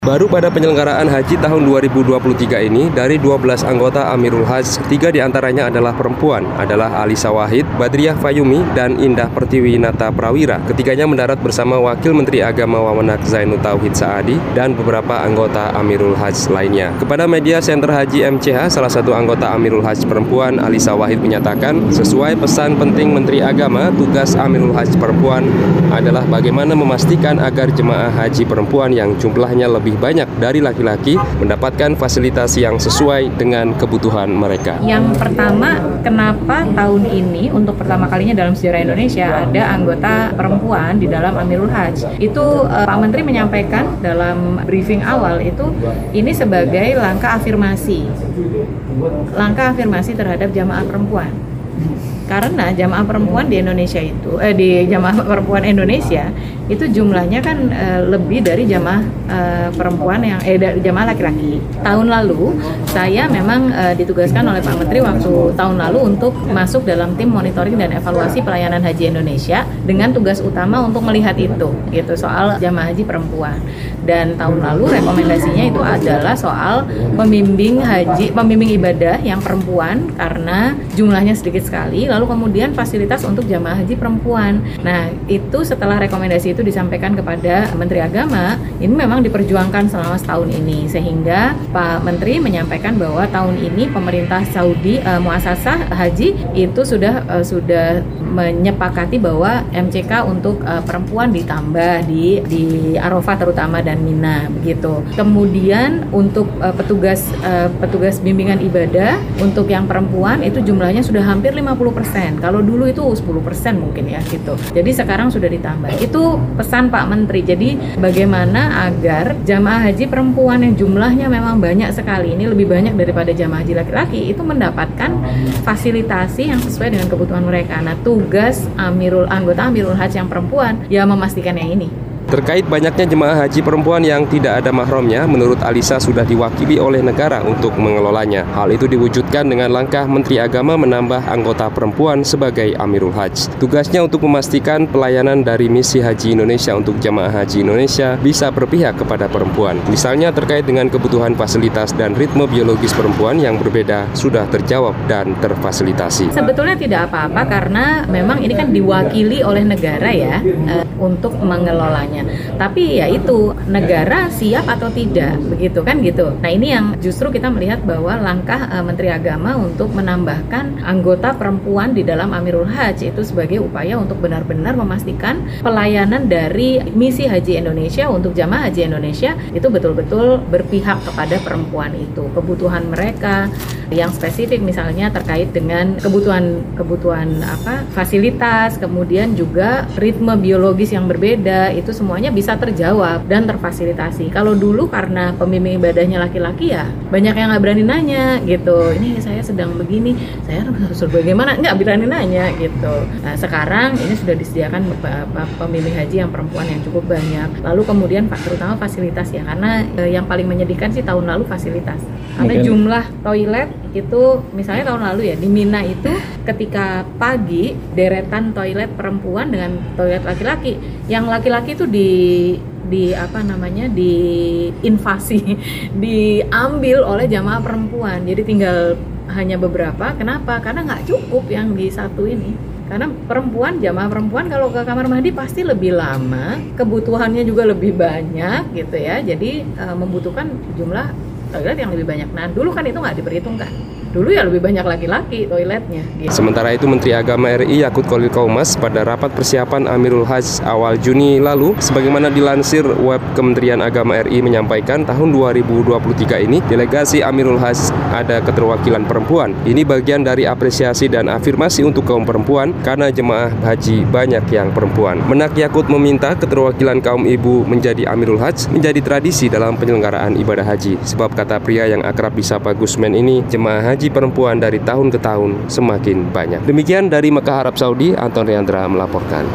Baru pada penyelenggaraan haji tahun 2023 ini, dari 12 anggota Amirul Hajj, 3 diantaranya adalah perempuan, adalah Alisa Wahid, Badriah Fayumi, dan Indah Pertiwinata Prawira. Ketiganya mendarat bersama Wakil Menteri Agama Wamenak Zainud Tauhid Saadi dan beberapa anggota Amirul Hajj lainnya. Kepada media Center Haji MCH, salah satu anggota Amirul Hajj perempuan, Alisa Wahid, menyatakan, sesuai pesan penting Menteri Agama, tugas Amirul Hajj perempuan adalah bagaimana memastikan agar jemaah haji perempuan yang jumlahnya lebih banyak dari laki-laki mendapatkan fasilitas yang sesuai dengan kebutuhan mereka. Yang pertama, kenapa tahun ini untuk pertama kalinya dalam sejarah Indonesia ada anggota perempuan di dalam Amirul Hajj. Itu Pak Menteri menyampaikan dalam briefing awal itu ini sebagai langkah afirmasi terhadap jamaah perempuan. Karena jamaah perempuan di Indonesia itu jamaah perempuan Indonesia itu jumlahnya kan lebih dari jamaah perempuan yang dari jamaah laki-laki. Tahun lalu saya memang ditugaskan oleh Pak Menteri waktu tahun lalu untuk masuk dalam tim monitoring dan evaluasi pelayanan haji Indonesia dengan tugas utama untuk melihat itu gitu soal jamaah haji perempuan. Dan tahun lalu rekomendasinya itu adalah soal pembimbing ibadah yang perempuan karena jumlahnya sedikit sekali, lalu kemudian fasilitas untuk jamaah haji perempuan. Nah, itu setelah rekomendasi itu disampaikan kepada Menteri Agama, ini memang diperjuangkan selama setahun ini, sehingga Pak Menteri menyampaikan bahwa tahun ini pemerintah Saudi Muassasah Haji itu sudah menyepakati bahwa MCK untuk perempuan ditambah di Arafah terutama dan Mina begitu. Kemudian untuk petugas bimbingan ibadah untuk yang perempuan itu jumlahnya sudah hampir 50%. Kalau dulu itu 10% mungkin ya gitu. Jadi sekarang sudah ditambah. Itu pesan Pak Menteri. Jadi bagaimana agar jamaah haji perempuan yang jumlahnya memang banyak sekali, ini lebih banyak daripada jamaah haji laki-laki, itu mendapatkan fasilitasi yang sesuai dengan kebutuhan mereka. Nah, tugas anggota Amirul Hajj yang perempuan ya memastikan yang ini. Terkait banyaknya jemaah haji perempuan yang tidak ada mahramnya, menurut Alisa sudah diwakili oleh negara untuk mengelolanya. Hal itu diwujudkan dengan langkah Menteri Agama menambah anggota perempuan sebagai Amirul Hajj. Tugasnya untuk memastikan pelayanan dari misi haji Indonesia untuk jemaah haji Indonesia bisa berpihak kepada perempuan. Misalnya terkait dengan kebutuhan fasilitas dan ritme biologis perempuan yang berbeda sudah terjawab dan terfasilitasi. Sebetulnya tidak apa-apa karena memang ini kan diwakili oleh negara ya untuk mengelolanya. Tapi ya itu negara siap atau tidak begitu kan gitu. Nah, ini yang justru kita melihat bahwa langkah Menteri Agama untuk menambahkan anggota perempuan di dalam Amirul Hajj itu sebagai upaya untuk benar-benar memastikan pelayanan dari misi haji Indonesia untuk jamaah haji Indonesia itu betul-betul berpihak kepada perempuan itu. Kebutuhan mereka yang spesifik misalnya terkait dengan kebutuhan fasilitas, kemudian juga ritme biologis yang berbeda, itu semuanya bisa terjawab dan terfasilitasi. Kalau dulu karena pembimbing ibadahnya laki-laki ya banyak yang nggak berani nanya gitu, ini saya sedang begini, saya harus bagaimana, nggak berani nanya gitu. Nah, sekarang ini sudah disediakan pembimbing haji yang perempuan yang cukup banyak. Lalu kemudian terutama fasilitas ya, karena yang paling menyedihkan sih tahun lalu fasilitas. Karena jumlah toilet itu misalnya tahun lalu ya di Mina itu ketika pagi deretan toilet perempuan dengan toilet laki-laki, yang laki-laki itu diinvasi diambil oleh jamaah perempuan, jadi tinggal hanya beberapa. Kenapa? Karena nggak cukup yang di satu ini. Karena jamaah perempuan kalau ke kamar mandi pasti lebih lama, kebutuhannya juga lebih banyak gitu ya, jadi membutuhkan jumlah toilet yang lebih banyak. Nah, dulu kan itu nggak diperhitungkan. Dulu ya lebih banyak laki-laki toiletnya gitu. Sementara itu Menteri Agama RI Yakut Khalil Qaumas pada rapat persiapan Amirul Hajj awal Juni lalu, sebagaimana dilansir web Kementerian Agama RI menyampaikan tahun 2023 ini delegasi Amirul Hajj ada keterwakilan perempuan. Ini bagian dari apresiasi dan afirmasi untuk kaum perempuan karena jemaah haji banyak yang perempuan. Menak Yakut meminta keterwakilan kaum ibu menjadi Amirul Hajj menjadi tradisi dalam penyelenggaraan ibadah haji. Sebab kata pria yang akrab disapa Gusmen ini, jemaah haji perempuan dari tahun ke tahun semakin banyak. Demikian dari Mekah, Arab Saudi, Anton Riandra melaporkan.